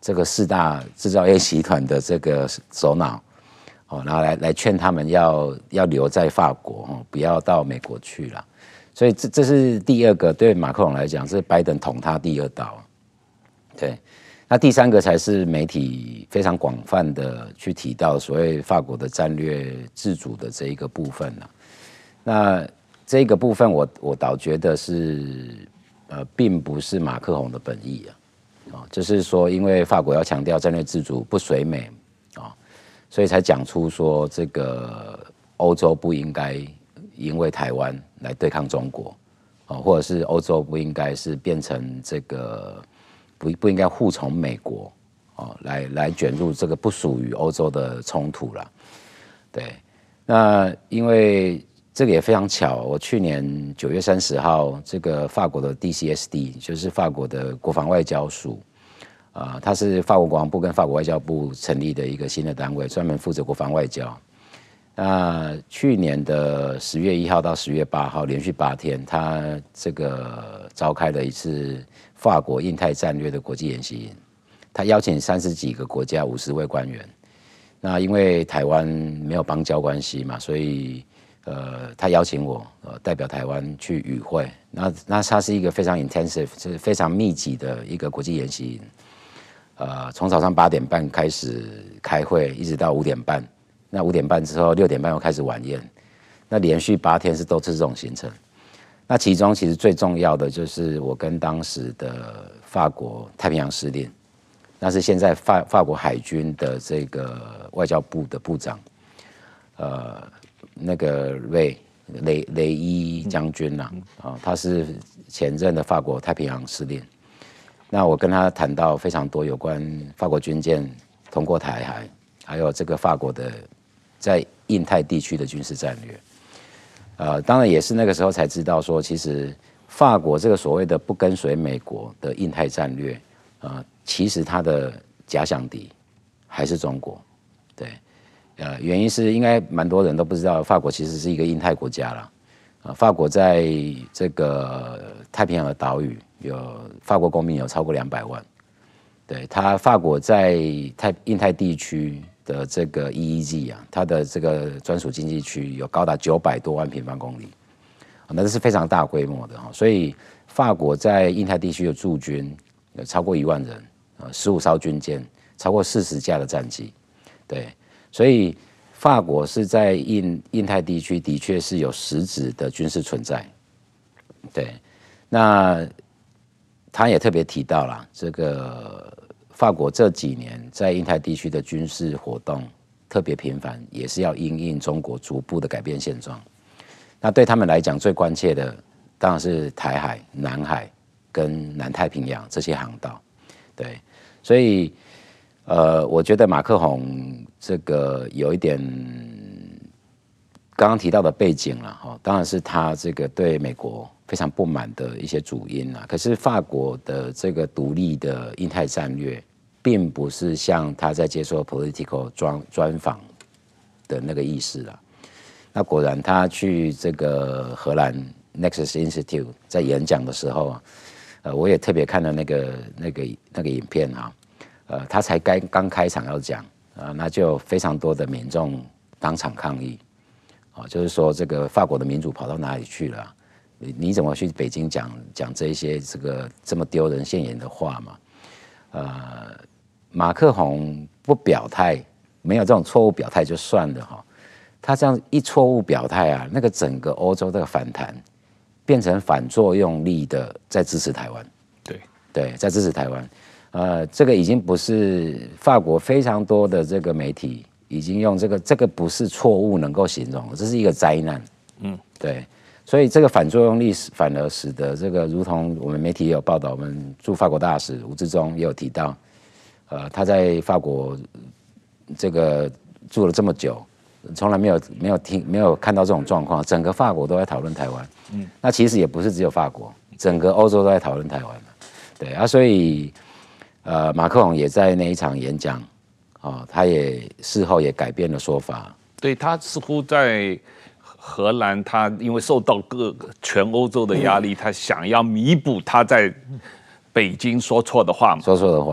这个四大制造业集团的这个首脑，哦，然后来来劝他们要要留在法国，哦，不要到美国去了。所以这这是第二个，对马克龙来讲是拜登捅他第二刀。对，那第三个才是媒体非常广泛的去提到所谓法国的战略自主的这一个部分了。那这个部分我我倒觉得是呃，并不是马克宏的本意啊。哦，就是说，因为法国要强调战略自主，不随美啊，所以才讲出说这个欧洲不应该因为台湾来对抗中国，啊，或者是欧洲不应该是变成这个不不应该护从美国啊，来来卷入这个不属于欧洲的冲突啦。对，那因为这个也非常巧，我去年九月三十号，这个法国的 D C S D 就是法国的国防外交署，啊、呃，它是法国国防部跟法国外交部成立的一个新的单位，专门负责国防外交。那去年的十月一号到十月八号，连续八天，它这个召开了一次法国印太战略的国际演习营，它邀请三十几个国家五十位官员。那因为台湾没有邦交关系嘛，所以。呃，他邀请我，呃，代表台湾去与会。那那它是一个非常 intensive， 是非常密集的一个国际演习营。呃，从早上八点半开始开会，一直到五点半。那五点半之后，六点半又开始晚宴。那连续八天是都是这种行程。那其中其实最重要的就是我跟当时的法国太平洋司令，那是现在法法国海军的这个外交部的部长，呃。那个雷雷雷伊将军呐、啊，啊，他是前任的法国太平洋司令。那我跟他谈到非常多有关法国军舰通过台海，还有这个法国的在印太地区的军事战略。呃，当然也是那个时候才知道说，其实法国这个所谓的不跟随美国的印太战略，啊、呃，其实它的假想敌还是中国，对。呃，原因是应该蛮多人都不知道，法国其实是一个印太国家啦。啊，法国在这个太平洋的岛屿有法国公民有超过两百万。对，它法国在太印太地区的这个 E E Z 啊，它的这个专属经济区有高达九百多万平方公里，那这是非常大规模的哈。所以法国在印太地区的驻军有超过一万人，呃，十五艘军舰，超过四十架的战机，对。所以，法国是在印印太地区的确是有实质的军事存在，对。那他也特别提到了这个法国这几年在印太地区的军事活动特别频繁，也是要因应中国逐步的改变现状。那对他们来讲，最关切的当然是台海、南海跟南太平洋这些航道，对。所以。呃，我觉得马克宏这个有一点刚刚提到的背景了哈，当然是他这个对美国非常不满的一些主因啦。可是法国的这个独立的印太战略，并不是像他在接受 Political 专专访的那个意思啦。那果然，他去这个荷兰 Nexus Institute 在演讲的时候啊，呃，我也特别看了那个那个那个影片哈。呃，他才刚刚开场要讲啊、呃，那就有非常多的民众当场抗议，啊、哦，就是说这个法国的民主跑到哪里去了？你你怎么去北京讲讲这一些这个这么丢人现眼的话嘛？呃，马克宏不表态，没有这种错误表态就算了哈、哦，他这样一错误表态啊，那个整个欧洲的反弹变成反作用力的在支持台湾， 对对，在支持台湾。呃，这个已经不是法国非常多的这个媒体已经用这个这个不是错误能够形容，这是一个灾难。嗯，对，所以这个反作用力反而使得这个，如同我们媒体也有报道，我们驻法国大使吴志忠也有提到，呃，他在法国这个住了这么久，从来没有没有听没有看到这种状况，整个法国都在讨论台湾。嗯，那其实也不是只有法国，整个欧洲都在讨论台湾。对啊，所以。呃，马克宏也在那一场演讲，哦，他也事后也改变了说法。 对，他似乎在荷兰，他因为受到各全欧洲的压力，他想要弥补他在北京说错的话嘛。 说错的话，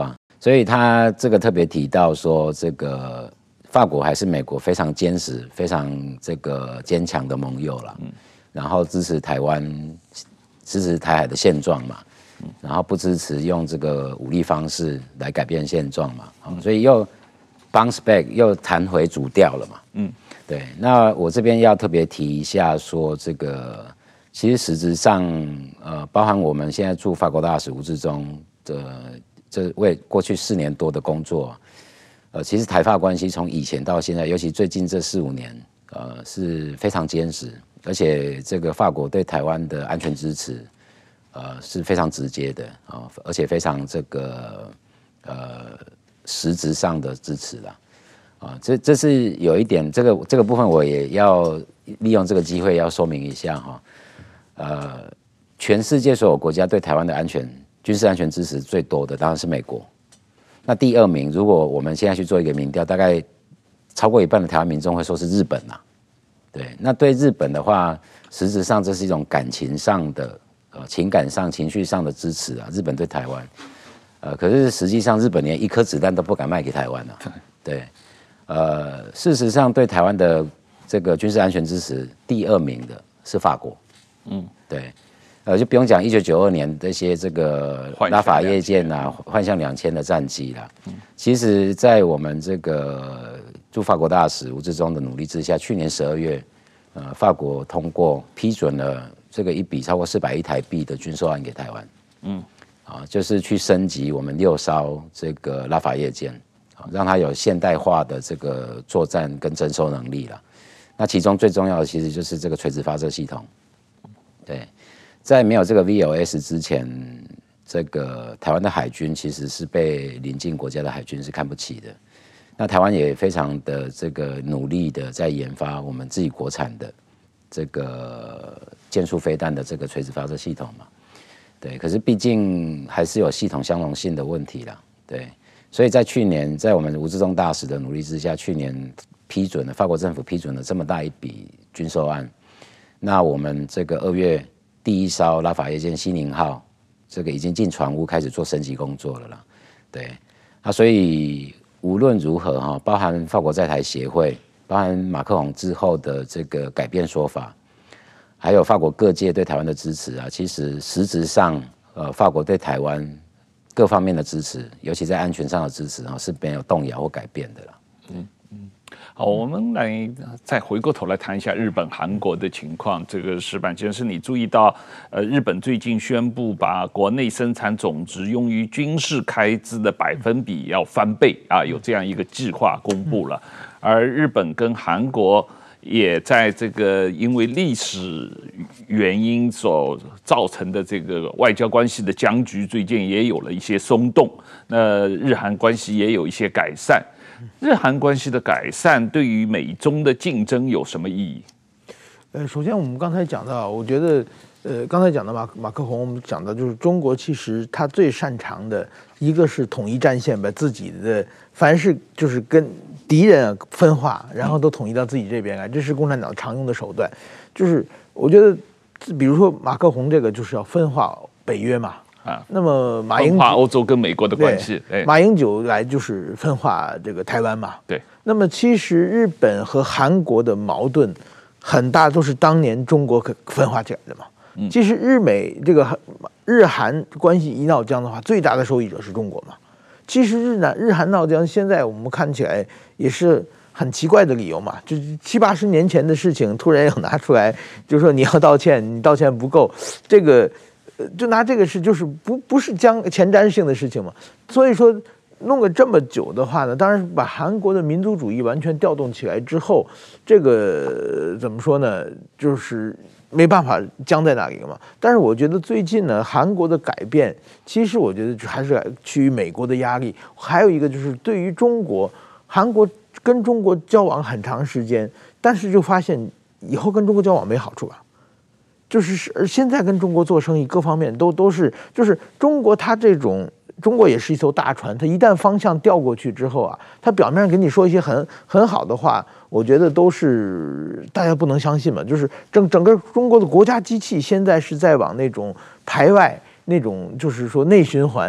所以他这个特别提到说，这个法国还是美国非常坚实、非常这个坚强的盟友了。嗯，然后支持台湾、支持台海的现状嘛，嗯，然后不支持用这个武力方式来改变现状嘛。嗯，所以又 bounce back 又弹回主调了嘛。嗯，对。那我这边要特别提一下说，这个其实实质上，呃，包含我们现在驻法国大使吴志忠的这为过去四年多的工作。呃，其实台法关系从以前到现在，尤其最近这四五年，呃，是非常坚实，而且这个法国对台湾的安全支持，呃，是非常直接的啊、呃，而且非常这个呃实质上的支持啦，啊、呃，这这是有一点，这个这个部分我也要利用这个机会要说明一下哈，呃，全世界所有国家对台湾的安全军事安全支持最多的当然是美国。那第二名，如果我们现在去做一个民调，大概超过一半的台湾民众会说是日本啦。对，那对日本的话，实质上这是一种感情上的、呃情感上、情绪上的支持啊。日本对台湾，呃，可是实际上日本连一颗子弹都不敢卖给台湾啊。对，呃，事实上对台湾的这个军事安全支持，第二名的是法国。嗯，对。呃，就不用讲一九九二年这些这个拉法叶舰啊、幻象两千的战机啦。嗯、其实，在我们这个驻法国大使吴志忠的努力之下，去年十二月，呃，法国通过批准了这个一笔超过四百亿台币的军售案给台湾。嗯，啊，就是去升级我们六艘这个拉法叶舰，啊，让它有现代化的这个作战跟征收能力啦。那其中最重要的其实就是这个垂直发射系统，对。在没有这个 V L S 之前，这个台湾的海军其实是被邻近国家的海军是看不起的。那台湾也非常的这个努力的在研发我们自己国产的这个舰速飞弹的这个垂直发射系统嘛。对，可是毕竟还是有系统相容性的问题啦。对，所以在去年，在我们吴志忠大使的努力之下，去年批准了法国政府批准了这么大一笔军售案。那我们这个二月。第一艘拉法叶舰西宁号，这个已经进船坞开始做升级工作了啦。对，啊，所以无论如何哈，包含法国在台协会，包含马克宏之后的这个改变说法，还有法国各界对台湾的支持啊，其实实质上，呃，法国对台湾各方面的支持，尤其在安全上的支持啊，是没有动摇或改变的啦。嗯。 好，我们来再回过头来谈一下日本、韩国的情况。这个石板先生，你注意到，呃，日本最近宣布把国内生产总值用于军事开支的百分比要翻倍啊，有这样一个计划公布了。而日本跟韩国也在这个因为历史原因所造成的这个外交关系的僵局，最近也有了一些松动。那日韩关系也有一些改善。日韩关系的改善对于美中的竞争有什么意义？ 呃，首先我们刚才讲到，我觉得，呃，刚才讲的马马克宏，我们讲的就是中国其实他最擅长的一个是统一战线，把自己的凡是就是跟敌人分化，然后都统一到自己这边来，这是共产党常用的手段。就是我觉得，比如说马克宏这个就是要分化北约嘛。啊，那么马英分化欧洲跟美国的关系， 哎、马英九来就是分化这个台湾嘛。 对， 那么其实日本和韩国的矛盾很大，都是当年中国可分化起来的嘛。嗯、其实日美这个日韩关系一闹僵的话，最大的受益者是中国嘛。其实日南日韩闹僵，现在我们看起来也是很奇怪的理由嘛，就是七八十年前的事情，突然又拿出来，就说你要道歉，你道歉不够，这个。就拿这个事，就是不不是将前瞻性的事情嘛，所以说弄个这么久的话呢，当然把韩国的民族主义完全调动起来之后，这个怎么说呢，就是没办法僵在那里嘛。但是我觉得最近呢，韩国的改变，其实我觉得还是趋于美国的压力，还有一个就是对于中国，韩国跟中国交往很长时间，但是就发现以后跟中国交往没好处了。就是现在跟中国做生意，各方面都都是，就是中国它这种，中国也是一艘大船，它一旦方向调过去之后啊，它表面上跟你说一些很很好的话，我觉得都是大家不能相信嘛。就是整整个中国的国家机器现在是在往那种排外、那种就是说内循环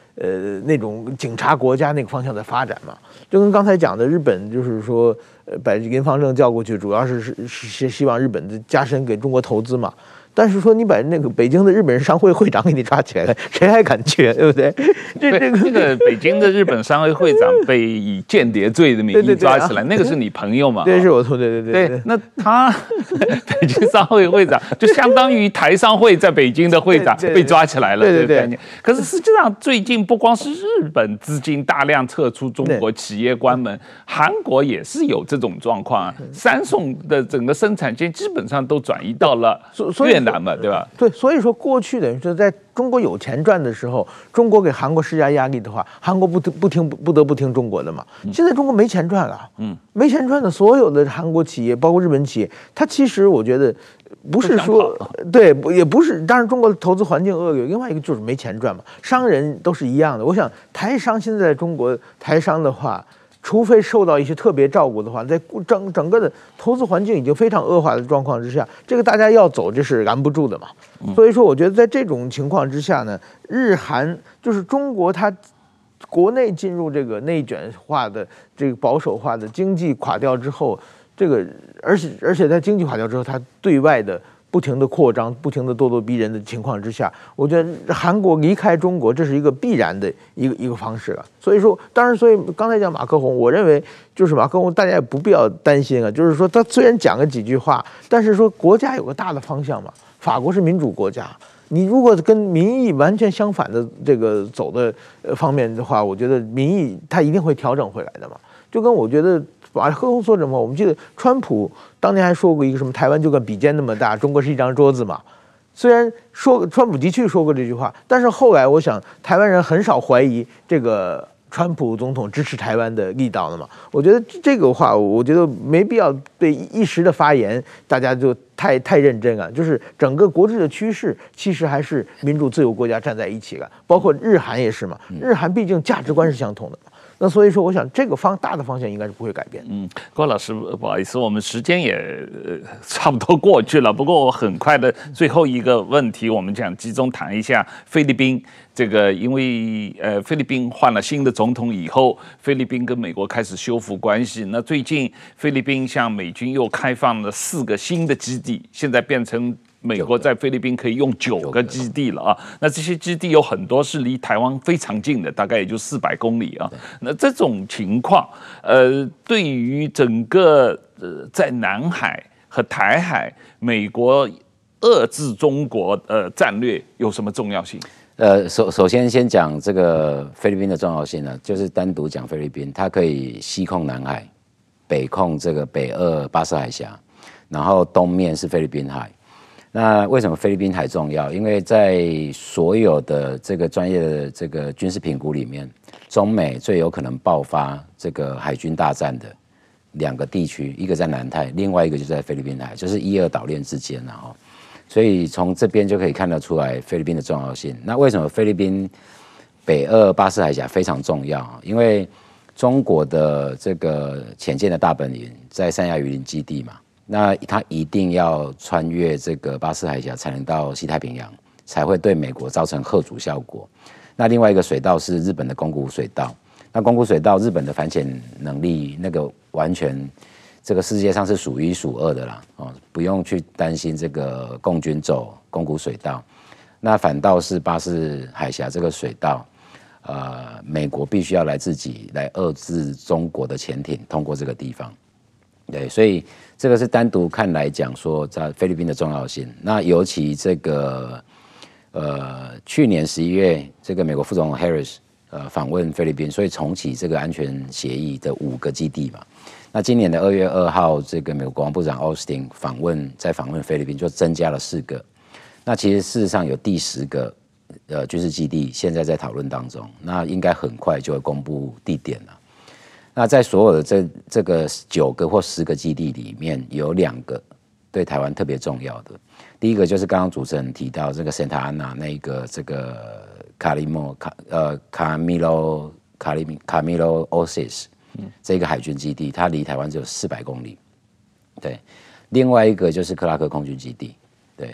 呃那种警察国家那个方向在发展嘛。就跟刚才讲的，日本就是说，呃，把林方正叫过去，主要是是是希望日本的加深给中国投资嘛。但是说你把那个北京的日本商会会长给你抓起来了，谁还敢去，对不对？ 这这个那个北京的日本商会会长被以间谍罪的名义抓起来，那个是你朋友嘛？ 对，是我同对对对对。那他北京商会会长就相当于台商会在北京的会长被抓起来了， 对对对。 可是实际上最近不光是日本资金大量撤出中国企业关门，韩国也是有这种状况啊。三送的整个生产线基本上都转移到了越南嘛，对吧？ 对，所以说过去等于是在中国有钱赚的时候，中国给韩国施加压力的话，韩国不得不听不得不听中国的嘛。现在中国没钱赚了，嗯，没钱赚的所有的韩国企业，包括日本企业，它其实我觉得不是说对，也不是，当然中国的投资环境恶劣，另外一个就是没钱赚嘛。商人都是一样的，我想台商现在在中国台商的话，除非受到一些特别照顾的话，在整整个的投资环境已经非常恶化的状况之下，这个大家要走这是拦不住的嘛。所以说，我觉得在这种情况之下呢，日韩就是中国它国内进入这个内卷化的这个保守化的经济垮掉之后，这个而且而且在经济垮掉之后，它对外的不停的扩张、不停的咄咄逼人的情况之下，我觉得韩国离开中国这是一个必然的一个一个方式了。所以说，当然，所以刚才讲马克宏，我认为就是马克宏，大家也不必要担心啊。就是说，他虽然讲了几句话，但是说国家有个大的方向嘛。法国是民主国家，你如果跟民意完全相反的这个走的方面的话，我觉得民意它一定会调整回来的嘛。就跟我觉得马克宏说什么，我们记得川普当年还说过一个什么台湾就跟笔尖那么大，中国是一张桌子嘛。虽然说川普的确说过这句话，但是后来我想台湾人很少怀疑这个川普总统支持台湾的力道了嘛。我觉得这个话，我觉得没必要对一时的发言大家就太太认真了。就是整个国际的趋势其实还是民主自由国家站在一起了，包括日韩也是嘛。日韩毕竟价值观是相同的嘛。那所以说，我想这个方大的方向应该是不会改变。 嗯，郭老师，不好意思，我们时间也、呃、差不多过去了。不过我很快的最后一个问题，我们想集中谈一下菲律宾。这个因为呃菲律宾换了新的总统以后，菲律宾跟美国开始修复关系。那最近菲律宾向美军又开放了四个新的基地，现在变成美国在菲律宾可以用九个基地了啊。那这些基地有很多是离台湾非常近的，大概也就四百公里啊。那这种情况，呃，对于整个呃在南海和台海，美国遏制中国呃战略有什么重要性？ 呃，首首先先讲这个菲律宾的重要性呢，就是单独讲菲律宾，它可以西控南海，北控这个北扼巴士海峡，然后东面是菲律宾海。那为什么菲律宾海重要？因为在所有的这个专业的这个军事评估里面，中美最有可能爆发这个海军大战的两个地区，一个在南太，另外一个就在菲律宾海，就是一二岛链之间然后。所以从这边就可以看得出来菲律宾的重要性。那为什么菲律宾北扼巴士海峡非常重要？因为中国的这个潜舰的大本营在三亚榆林基地嘛，那它一定要穿越这个巴士海峡才能到西太平洋，才会对美国造成吓阻效果。那另外一个水道是日本的宫古水道，那宫古水道日本的反潜能力那个完全。这个世界上是数一数二的啦，哦，不用去担心这个共军走宫古水道，那反倒是巴士海峡这个水道，呃，美国必须要来自己来遏制中国的潜艇通过这个地方，对，所以这个是单独看来讲说在菲律宾的重要性。那尤其这个呃去年十一月，这个美国副总统 Harris 呃访问菲律宾，所以重启这个安全协议的五个基地嘛。那今年的二月二号，这个美国国防部长 Austin 访问，在访问菲律宾就增加了四个。那其实事实上有第十个呃军事基地，现在在讨论当中。那应该很快就会公布地点了。那在所有的这这个九个或十个基地里面，有两个对台湾特别重要的。第一个就是刚刚主持人提到这个 Santa Ana 那个这个卡利莫卡呃卡米罗卡利卡米罗 Oasis。这个海军基地，它离台湾只有四百公里。对，另外一个就是克拉克空军基地。对，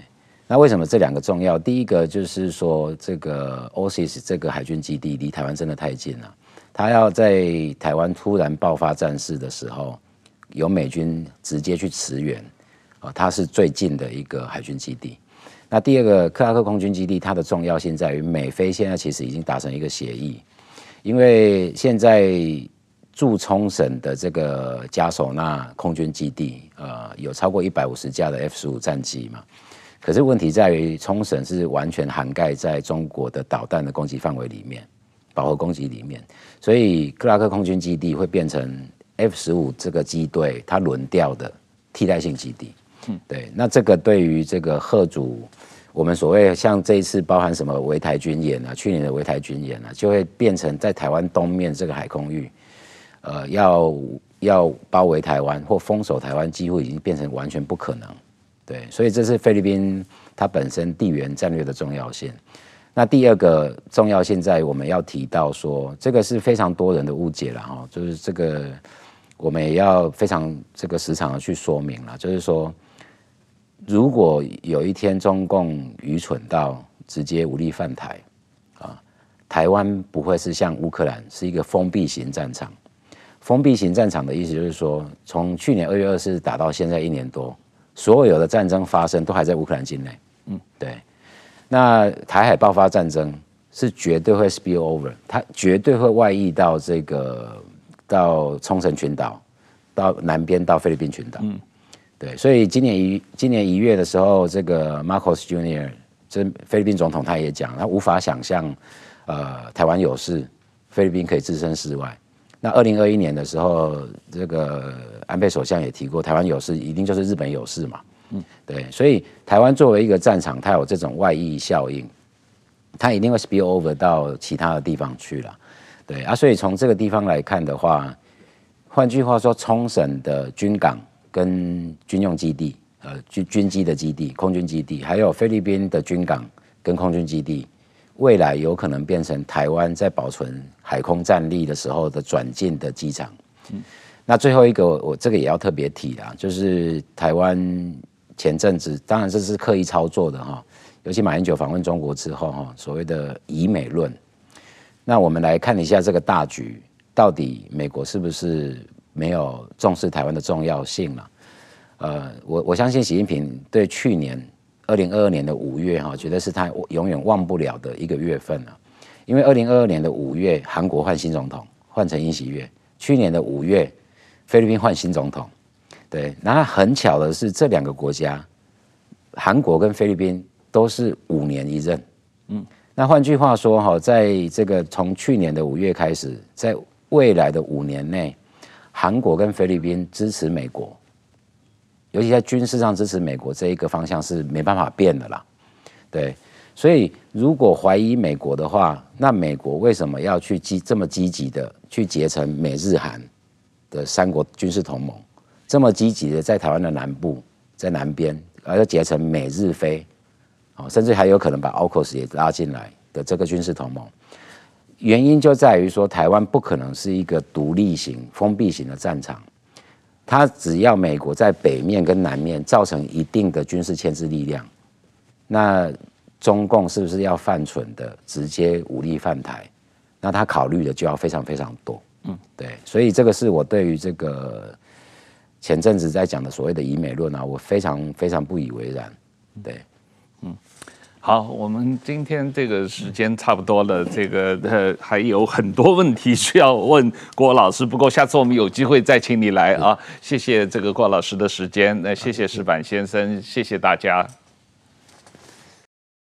那为什么这两个重要？第一个就是说，这个 O C S 这个海军基地离台湾真的太近了，它要在台湾突然爆发战事的时候，由美军直接去驰援，啊，它是最近的一个海军基地。那第二个，克拉克空军基地，它的重要性在于美菲现在其实已经达成一个协议，因为现在驻冲绳的这个加索纳空军基地，呃，有超过一百五十架的 F 十五战机嘛。可是问题在于，冲绳是完全涵盖在中国的导弹的攻击范围里面，饱和攻击里面，所以克拉克空军基地会变成 F 十五这个机队它轮调的替代性基地。嗯，对，那这个对于这个贺主，我们所谓像这一次包含什么围台军演啊，去年的围台军演啊，就会变成在台湾东面这个海空域，呃，要要包围台湾或封锁台湾，几乎已经变成完全不可能。对，所以这是菲律宾它本身地缘战略的重要性。那第二个重要性在于我们要提到说，这个是非常多人的误解了哈，就是这个我们也要非常这个时常的去说明了，就是说，如果有一天中共愚蠢到直接武力犯台啊，台湾不会是像乌克兰是一个封闭型战场。封闭型战场的意思就是说，从去年二月二十四打到现在一年多。所有的战争发生都还在乌克兰境内，嗯，对。那台海爆发战争是绝对会 spill over， 它绝对会外溢到这个到冲绳群岛，到南边到菲律宾群岛，嗯，对。所以今年一今年一月的时候，这个 Marcos Junior 这菲律宾总统他也讲，他无法想象，呃，台湾有事，菲律宾可以置身事外。那二零二一年的时候，这个安倍首相也提过，台湾有事一定就是日本有事嘛，嗯，对，所以台湾作为一个战场，它有这种外溢效应，它一定会 spill over 到其他的地方去了，对啊，所以从这个地方来看的话，换句话说，冲绳的军港跟军用基地，呃，军军机的基地、空军基地，还有菲律宾的军港跟空军基地。未来有可能变成台湾在保存海空战力的时候的转进的机场。嗯，那最后一个，我这个也要特别提啦，就是台湾前阵子，当然这是刻意操作的哈，尤其马英九访问中国之后哈，所谓的以美论。那我们来看一下这个大局，到底美国是不是没有重视台湾的重要性了？呃，我我相信习近平对去年。二零二二年的五月哈，觉得是他永远忘不了的一个月份了，因为二零二二年的五月，韩国换新总统，换成尹锡悦；去年的五月，菲律宾换新总统。对，然后很巧的是，这两个国家，韩国跟菲律宾都是五年一任。嗯，那换句话说哈，在这个从去年的五月开始，在未来的五年内，韩国跟菲律宾支持美国。尤其在军事上支持美国这一个方向是没办法变的啦，对，所以如果怀疑美国的话，那美国为什么要去积这么积极的去结成美日韩的三国军事同盟，这么积极的在台湾的南部，在南边，而要结成美日菲，甚至还有可能把 A U K U S 也拉进来的这个军事同盟，原因就在于说，台湾不可能是一个独立型、封闭型的战场。它只要美国在北面跟南面造成一定的军事牵制力量，那中共是不是要犯蠢的直接武力犯台？那他考虑的就要非常非常多。嗯，对，所以这个是我对于这个前阵子在讲的所谓的以美论啊，我非常非常不以为然。对， 嗯。好，我们今天这个时间差不多了，这个呃还有很多问题需要问郭老师，不过下次我们有机会再请你来啊。谢谢这个郭老师的时间，那谢谢石板先生，谢谢大家。